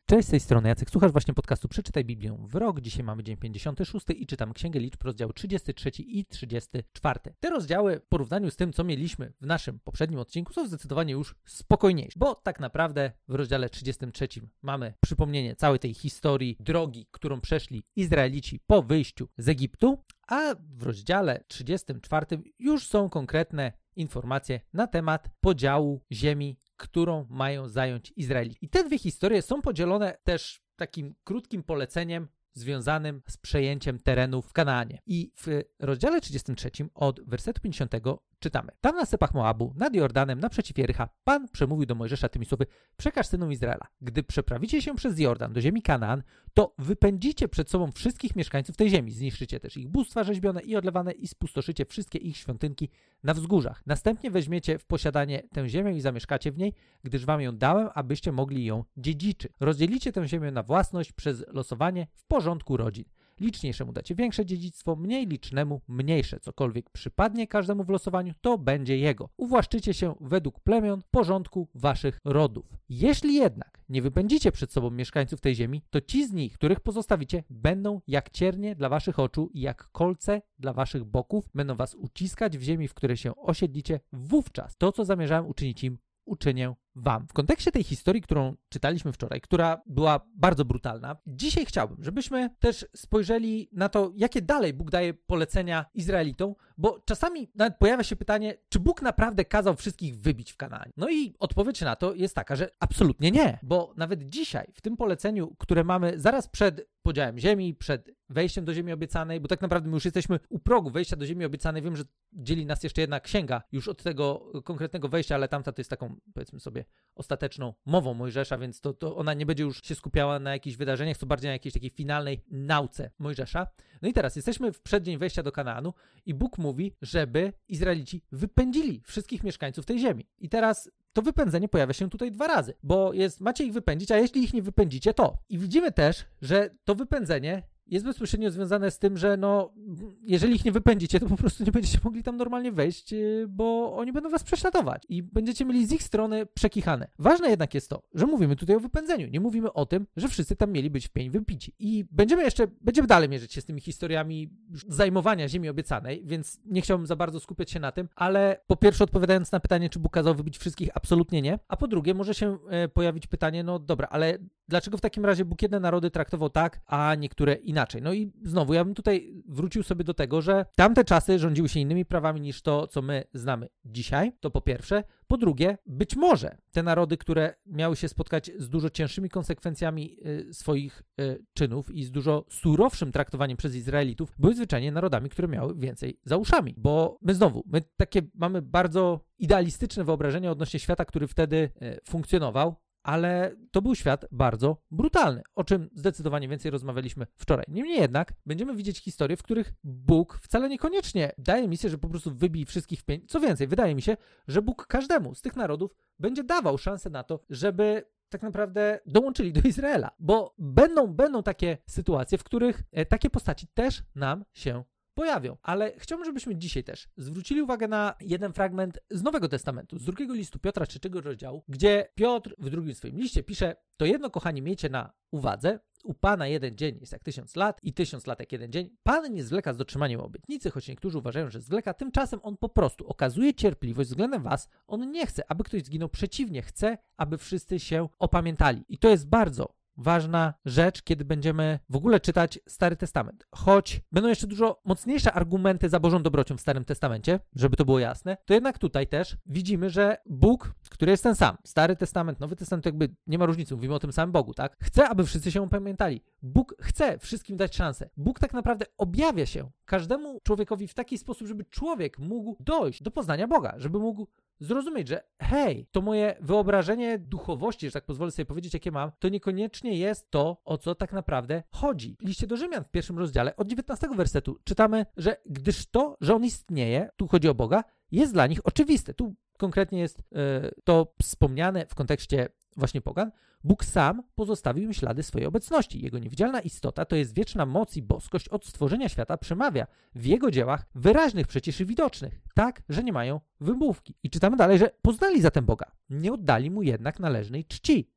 Cześć, z tej strony Jacek, słuchasz właśnie podcastu Przeczytaj Biblię w rok. Dzisiaj mamy dzień 56 i czytam Księgę Liczb, rozdział 33 i 34. Te rozdziały w porównaniu z tym, co mieliśmy w naszym poprzednim odcinku, są zdecydowanie już spokojniejsze, bo tak naprawdę w rozdziale 33 mamy przypomnienie całej tej historii drogi, którą przeszli Izraelici po wyjściu z Egiptu, a w rozdziale 34 już są konkretne informacje na temat podziału ziemi, którą mają zająć Izraelici. I te dwie historie są podzielone też takim krótkim poleceniem związanym z przejęciem terenów w Kanaanie. I w rozdziale 33 od wersetu 50 czytamy. Tam na stepach Moabu, nad Jordanem, naprzeciw Jericha, Pan przemówił do Mojżesza tymi słowy: przekaż synom Izraela, gdy przeprawicie się przez Jordan do ziemi Kanaan, to wypędzicie przed sobą wszystkich mieszkańców tej ziemi, zniszczycie też ich bóstwa rzeźbione i odlewane i spustoszycie wszystkie ich świątynki na wzgórzach. Następnie weźmiecie w posiadanie tę ziemię i zamieszkacie w niej, gdyż wam ją dałem, abyście mogli ją dziedziczyć. Rozdzielicie tę ziemię na własność przez losowanie w porządku rodzin. Liczniejszemu dacie większe dziedzictwo, mniej licznemu mniejsze. Cokolwiek przypadnie każdemu w losowaniu, to będzie jego. Uwłaszczycie się według plemion w porządku waszych rodów. Jeśli jednak nie wypędzicie przed sobą mieszkańców tej ziemi, to ci z nich, których pozostawicie, będą jak ciernie dla waszych oczu i jak kolce dla waszych boków. Będą was uciskać w ziemi, w której się osiedlicie. Wówczas to, co zamierzałem uczynić im, uczynię wam. W kontekście tej historii, którą czytaliśmy wczoraj, która była bardzo brutalna, dzisiaj chciałbym, żebyśmy też spojrzeli na to, jakie dalej Bóg daje polecenia Izraelitom, bo czasami nawet pojawia się pytanie, czy Bóg naprawdę kazał wszystkich wybić w Kanaanie? No i odpowiedź na to jest taka, że absolutnie nie, bo nawet dzisiaj w tym poleceniu, które mamy zaraz przed podziałem ziemi, przed wejściem do ziemi obiecanej, bo tak naprawdę my już jesteśmy u progu wejścia do ziemi obiecanej, wiem, że dzieli nas jeszcze jedna księga już od tego konkretnego wejścia, ale tamta to jest taką, powiedzmy sobie, ostateczną mową Mojżesza, więc to ona nie będzie już się skupiała na jakichś wydarzeniach, co bardziej na jakiejś takiej finalnej nauce Mojżesza. No i teraz jesteśmy w przeddzień wejścia do Kanaanu i Bóg mówi, żeby Izraelici wypędzili wszystkich mieszkańców tej ziemi. I teraz to wypędzenie pojawia się tutaj dwa razy, bo macie ich wypędzić, a jeśli ich nie wypędzicie, to. I widzimy też, że to wypędzenie jest bezpośrednio związane z tym, że jeżeli ich nie wypędzicie, to po prostu nie będziecie mogli tam normalnie wejść, bo oni będą was prześladować i będziecie mieli z ich strony przekichane. Ważne jednak jest to, że mówimy tutaj o wypędzeniu. Nie mówimy o tym, że wszyscy tam mieli być w pień wypici. I będziemy dalej mierzyć się z tymi historiami zajmowania ziemi obiecanej, więc nie chciałbym za bardzo skupiać się na tym, ale po pierwsze, odpowiadając na pytanie, czy Bóg kazał wybić wszystkich, absolutnie nie. A po drugie, może się pojawić pytanie, no dobra, ale dlaczego w takim razie Bóg jedne narody traktował tak, a niektóre inaczej? No i znowu, ja bym tutaj wrócił sobie do tego, że tamte czasy rządziły się innymi prawami niż to, co my znamy dzisiaj, to po pierwsze. Po drugie, być może te narody, które miały się spotkać z dużo cięższymi konsekwencjami swoich czynów i z dużo surowszym traktowaniem przez Izraelitów, były zwyczajnie narodami, które miały więcej za uszami. Bo my takie mamy bardzo idealistyczne wyobrażenie odnośnie świata, który wtedy funkcjonował, ale to był świat bardzo brutalny, o czym zdecydowanie więcej rozmawialiśmy wczoraj. Niemniej jednak będziemy widzieć historie, w których Bóg wcale niekoniecznie daje misję, że po prostu wybij wszystkich w pień. Co więcej, wydaje mi się, że Bóg każdemu z tych narodów będzie dawał szansę na to, żeby tak naprawdę dołączyli do Izraela, bo będą takie sytuacje, w których takie postaci też nam się pojawią. Ale chciałbym, żebyśmy dzisiaj też zwrócili uwagę na jeden fragment z Nowego Testamentu, z drugiego listu Piotra, 3 rozdziału, gdzie Piotr w drugim swoim liście pisze: to jedno, kochani, miejcie na uwadze, u Pana jeden dzień jest jak 1000 lat i 1000 lat jak jeden dzień. Pan nie zwleka z dotrzymaniem obietnicy, choć niektórzy uważają, że zwleka. Tymczasem On po prostu okazuje cierpliwość względem was. On nie chce, aby ktoś zginął. Przeciwnie, chce, aby wszyscy się opamiętali. I to jest bardzo ważna rzecz, kiedy będziemy w ogóle czytać Stary Testament. Choć będą jeszcze dużo mocniejsze argumenty za Bożą dobrocią w Starym Testamencie, żeby to było jasne, to jednak tutaj też widzimy, że Bóg, który jest ten sam, Stary Testament, Nowy Testament, to jakby nie ma różnicy, mówimy o tym samym Bogu, tak? Chce, aby wszyscy się opamiętali. Bóg chce wszystkim dać szansę. Bóg tak naprawdę objawia się każdemu człowiekowi w taki sposób, żeby człowiek mógł dojść do poznania Boga, żeby mógł zrozumieć, że hej, to moje wyobrażenie duchowości, że tak pozwolę sobie powiedzieć, jakie mam, to niekoniecznie jest to, o co tak naprawdę chodzi. W liście do Rzymian w 1 rozdziale od 19 wersetu czytamy, że gdyż to, że On istnieje, tu chodzi o Boga, jest dla nich oczywiste. Tu konkretnie jest to wspomniane w kontekście właśnie pogan. Bóg sam pozostawił im ślady swojej obecności. Jego niewidzialna istota, to jest wieczna moc i boskość od stworzenia świata, przemawia w Jego dziełach wyraźnych przecież i widocznych, tak, że nie mają wymówki. I czytamy dalej, że poznali zatem Boga, nie oddali Mu jednak należnej czci.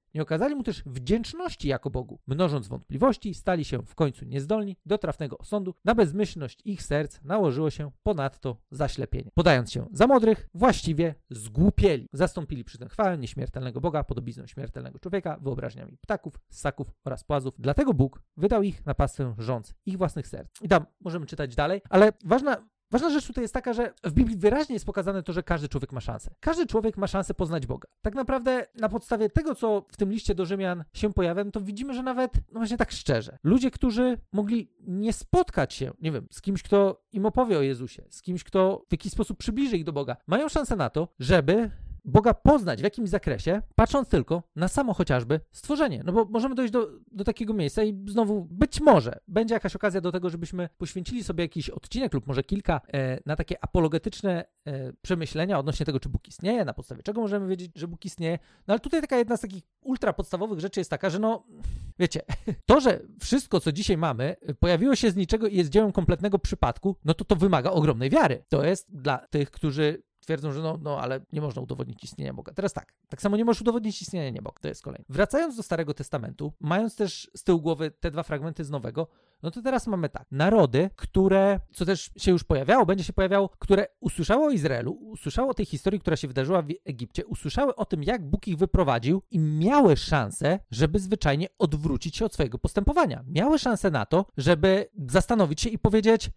Nie okazali mu też wdzięczności jako Bogu. Mnożąc wątpliwości, stali się w końcu niezdolni do trafnego osądu. Na bezmyślność ich serc nałożyło się ponadto zaślepienie. Podając się za mądrych, właściwie zgłupieli. Zastąpili przy tym chwałę nieśmiertelnego Boga podobizną śmiertelnego człowieka, wyobraźniami ptaków, ssaków oraz płazów. Dlatego Bóg wydał ich na pastwę żądz ich własnych serc. I tam możemy czytać dalej, ale Ważna rzecz tutaj jest taka, że w Biblii wyraźnie jest pokazane to, że każdy człowiek ma szansę. Każdy człowiek ma szansę poznać Boga. Tak naprawdę na podstawie tego, co w tym liście do Rzymian się pojawia, to widzimy, że nawet, właśnie tak szczerze, ludzie, którzy mogli nie spotkać się, nie wiem, z kimś, kto im opowie o Jezusie, z kimś, kto w jakiś sposób przybliży ich do Boga, mają szansę na to, żeby Boga poznać w jakimś zakresie, patrząc tylko na samo chociażby stworzenie. No bo możemy dojść do takiego miejsca i znowu być może będzie jakaś okazja do tego, żebyśmy poświęcili sobie jakiś odcinek lub może kilka na takie apologetyczne przemyślenia odnośnie tego, czy Bóg istnieje, na podstawie czego możemy wiedzieć, że Bóg istnieje. No ale tutaj taka jedna z takich ultra podstawowych rzeczy jest taka, że no, wiecie, to, że wszystko, co dzisiaj mamy, pojawiło się z niczego i jest dziełem kompletnego przypadku, no to wymaga ogromnej wiary. To jest dla tych, którzy twierdzą, że no, ale nie można udowodnić istnienia Boga. Teraz tak samo nie możesz udowodnić istnienia Boga. To jest kolejne. Wracając do Starego Testamentu, mając też z tyłu głowy te dwa fragmenty z Nowego, no to teraz mamy tak. Narody, które, co też się już pojawiało, będzie się pojawiało, które usłyszało o Izraelu, usłyszało o tej historii, która się wydarzyła w Egipcie, usłyszały o tym, jak Bóg ich wyprowadził i miały szansę, żeby zwyczajnie odwrócić się od swojego postępowania. Miały szansę na to, żeby zastanowić się i powiedzieć...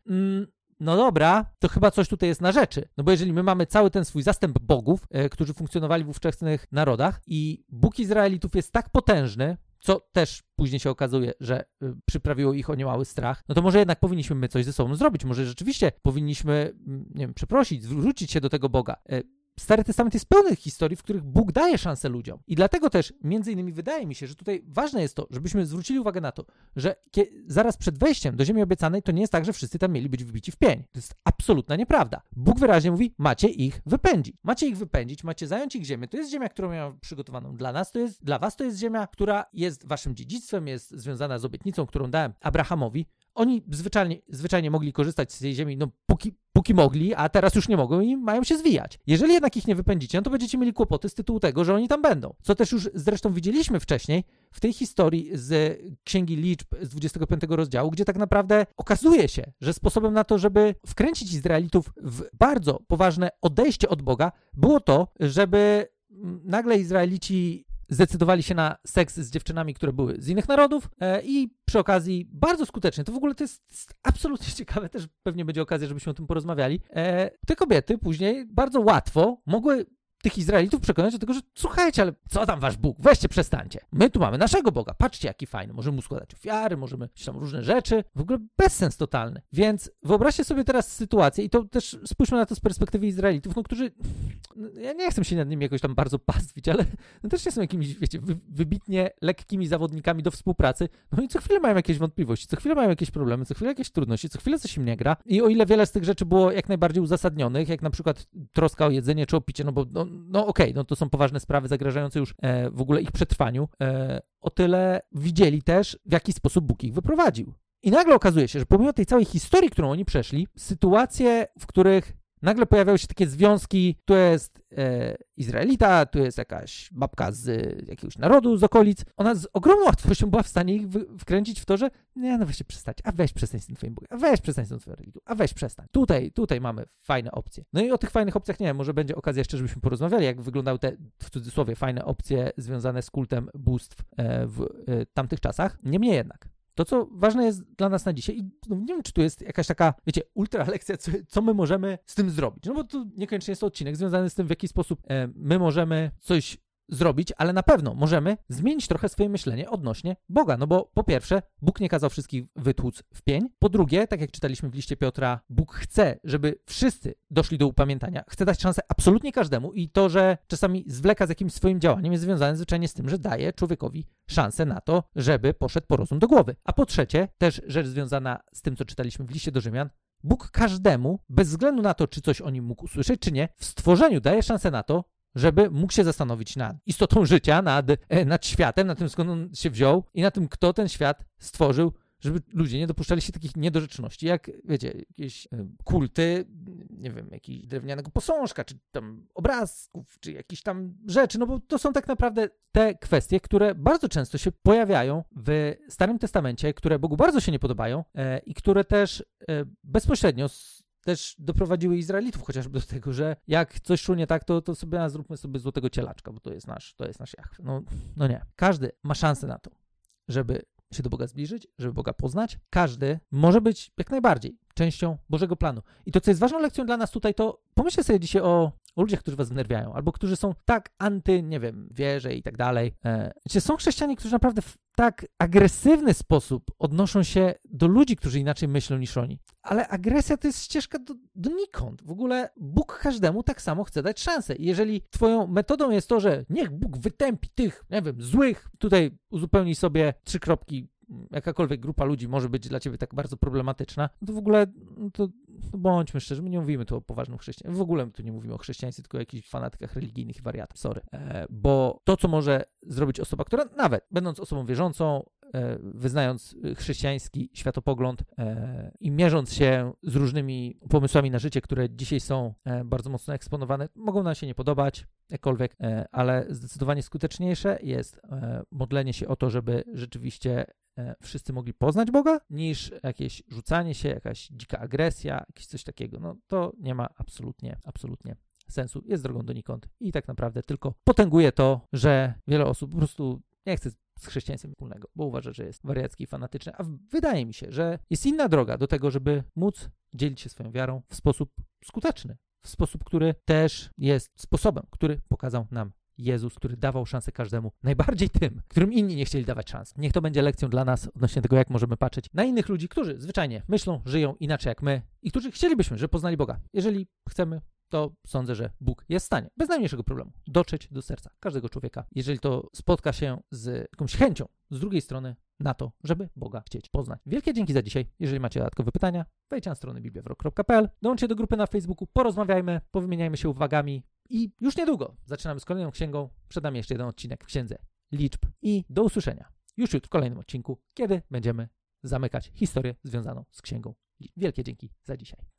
No dobra, to chyba coś tutaj jest na rzeczy. No bo jeżeli my mamy cały ten swój zastęp bogów, którzy funkcjonowali w ówczesnych narodach i Bóg Izraelitów jest tak potężny, co też później się okazuje, że przyprawiło ich o niemały strach, no to może jednak powinniśmy my coś ze sobą zrobić. Może rzeczywiście powinniśmy, nie wiem, przeprosić, zwrócić się do tego Boga. Stary Testament jest pełny historii, w których Bóg daje szansę ludziom. I dlatego też, między innymi, wydaje mi się, że tutaj ważne jest to, żebyśmy zwrócili uwagę na to, że zaraz przed wejściem do ziemi obiecanej to nie jest tak, że wszyscy tam mieli być wbici w pień. To jest absolutna nieprawda. Bóg wyraźnie mówi, macie ich wypędzić. Macie ich wypędzić, macie zająć ich ziemię. To jest ziemia, którą miałem przygotowaną dla nas, dla was to jest ziemia, która jest waszym dziedzictwem, jest związana z obietnicą, którą dałem Abrahamowi. Oni zwyczajnie mogli korzystać z tej ziemi, no póki mogli, a teraz już nie mogą i mają się zwijać. Jeżeli jednak ich nie wypędzicie, no to będziecie mieli kłopoty z tytułu tego, że oni tam będą. Co też już zresztą widzieliśmy wcześniej w tej historii z Księgi Liczb z 25 rozdziału, gdzie tak naprawdę okazuje się, że sposobem na to, żeby wkręcić Izraelitów w bardzo poważne odejście od Boga, było to, żeby nagle Izraelici zdecydowali się na seks z dziewczynami, które były z innych narodów i przy okazji bardzo skutecznie, to w ogóle to jest absolutnie ciekawe, też pewnie będzie okazja, żebyśmy o tym porozmawiali, te kobiety później bardzo łatwo mogły tych Izraelitów przekonać do tego, że słuchajcie, ale co tam wasz Bóg? Weźcie, przestańcie. My tu mamy naszego Boga. Patrzcie, jaki fajny. Możemy mu składać ofiary, możemy tam różne rzeczy. W ogóle bezsens totalny. Więc wyobraźcie sobie teraz sytuację i to też spójrzmy na to z perspektywy Izraelitów, no którzy, ja nie chcę się nad nimi jakoś tam bardzo pastwić, ale no też nie są jakimiś, wiecie, wybitnie lekkimi zawodnikami do współpracy. No i co chwilę mają jakieś wątpliwości, co chwilę mają jakieś problemy, co chwilę jakieś trudności, co chwilę coś im nie gra. I o ile wiele z tych rzeczy było jak najbardziej uzasadnionych, jak na przykład troska o jedzenie czy o picie, no bo okej, to są poważne sprawy zagrażające już w ogóle ich przetrwaniu, o tyle widzieli też, w jaki sposób Bóg ich wyprowadził. I nagle okazuje się, że pomimo tej całej historii, którą oni przeszli, sytuacje, w których nagle pojawiały się takie związki, tu jest Izraelita, tu jest jakaś babka z jakiegoś narodu, z okolic. Ona z ogromną łatwością była w stanie ich wkręcić w to, że nie, no weźcie przestać, a weź przestań z tym twoim Bogiem, a weź przestań z tą twoją religią, a weź przestań. Tutaj mamy fajne opcje. No i o tych fajnych opcjach, nie wiem, może będzie okazja jeszcze, żebyśmy porozmawiali, jak wyglądały te, w cudzysłowie, fajne opcje związane z kultem bóstw w tamtych czasach. Niemniej jednak. To, co ważne jest dla nas na dzisiaj i nie wiem, czy tu jest jakaś taka, wiecie, ultra lekcja, co my możemy z tym zrobić. No bo to niekoniecznie jest to odcinek związany z tym, w jaki sposób my możemy coś zrobić, ale na pewno możemy zmienić trochę swoje myślenie odnośnie Boga. No bo po pierwsze, Bóg nie kazał wszystkich wytłuc w pień. Po drugie, tak jak czytaliśmy w liście Piotra, Bóg chce, żeby wszyscy doszli do upamiętania. Chce dać szansę absolutnie każdemu i to, że czasami zwleka z jakimś swoim działaniem, jest związane zwyczajnie z tym, że daje człowiekowi szansę na to, żeby poszedł po rozum do głowy. A po trzecie, też rzecz związana z tym, co czytaliśmy w liście do Rzymian, Bóg każdemu, bez względu na to, czy coś o nim mógł usłyszeć, czy nie, w stworzeniu daje szansę na to, żeby mógł się zastanowić nad istotą życia, nad światem, nad tym, skąd on się wziął i nad tym, kto ten świat stworzył, żeby ludzie nie dopuszczali się takich niedorzeczności, jak, wiecie, jakieś kulty, nie wiem, jakiegoś drewnianego posążka, czy tam obrazków, czy jakieś tam rzeczy, no bo to są tak naprawdę te kwestie, które bardzo często się pojawiają w Starym Testamencie, które Bogu bardzo się nie podobają i które też bezpośrednio też doprowadziły Izraelitów chociażby do tego, że jak coś szło nie tak, to sobie zróbmy sobie złotego cielaczka, bo to jest nasz Jahwe. No nie. Każdy ma szansę na to, żeby się do Boga zbliżyć, żeby Boga poznać. Każdy może być jak najbardziej częścią Bożego planu. I to, co jest ważną lekcją dla nas tutaj, to pomyślcie sobie dzisiaj o ludziach, którzy was wnerwiają, albo którzy są tak nie wiem, wierze i tak dalej. Są chrześcijanie, którzy naprawdę w tak agresywny sposób odnoszą się do ludzi, którzy inaczej myślą niż oni. Ale agresja to jest ścieżka donikąd. W ogóle Bóg każdemu tak samo chce dać szansę. I jeżeli twoją metodą jest to, że niech Bóg wytępi tych, nie wiem, złych, tutaj uzupełnij sobie 3 kropki, jakakolwiek grupa ludzi może być dla ciebie tak bardzo problematyczna, to w ogóle to bądźmy szczerzy, my nie mówimy tu o poważnym chrześcijaństwie. W ogóle my tu nie mówimy o chrześcijaństwie, tylko o jakichś fanatykach religijnych i wariatach. Sorry. Bo to, co może zrobić osoba, która nawet będąc osobą wierzącą, wyznając chrześcijański światopogląd i mierząc się z różnymi pomysłami na życie, które dzisiaj są bardzo mocno eksponowane, mogą nam się nie podobać, jakkolwiek, ale zdecydowanie skuteczniejsze jest modlenie się o to, żeby rzeczywiście wszyscy mogli poznać Boga, niż jakieś rzucanie się, jakaś dzika agresja, jakieś coś takiego. No to nie ma absolutnie sensu. Jest drogą donikąd i tak naprawdę tylko potęguje to, że wiele osób po prostu nie chce z chrześcijaństwem wspólnego, bo uważa, że jest wariacki i fanatyczny, a wydaje mi się, że jest inna droga do tego, żeby móc dzielić się swoją wiarą w sposób skuteczny, w sposób, który też jest sposobem, który pokazał nam Jezus, który dawał szansę każdemu, najbardziej tym, którym inni nie chcieli dawać szans. Niech to będzie lekcją dla nas odnośnie tego, jak możemy patrzeć na innych ludzi, którzy zwyczajnie myślą, żyją inaczej jak my i którzy chcielibyśmy, żeby poznali Boga. Jeżeli chcemy, to sądzę, że Bóg jest w stanie, bez najmniejszego problemu, dotrzeć do serca każdego człowieka, jeżeli to spotka się z jakąś chęcią z drugiej strony na to, żeby Boga chcieć poznać. Wielkie dzięki za dzisiaj. Jeżeli macie dodatkowe pytania, wejdźcie na stronę bibliawrok.pl, dołączcie do grupy na Facebooku, porozmawiajmy, powymieniajmy się uwagami i już niedługo zaczynamy z kolejną księgą. Przed nami jeszcze jeden odcinek w Księdze Liczb i do usłyszenia już jutro w kolejnym odcinku, kiedy będziemy zamykać historię związaną z Księgą Liczb. Wielkie dzięki za dzisiaj.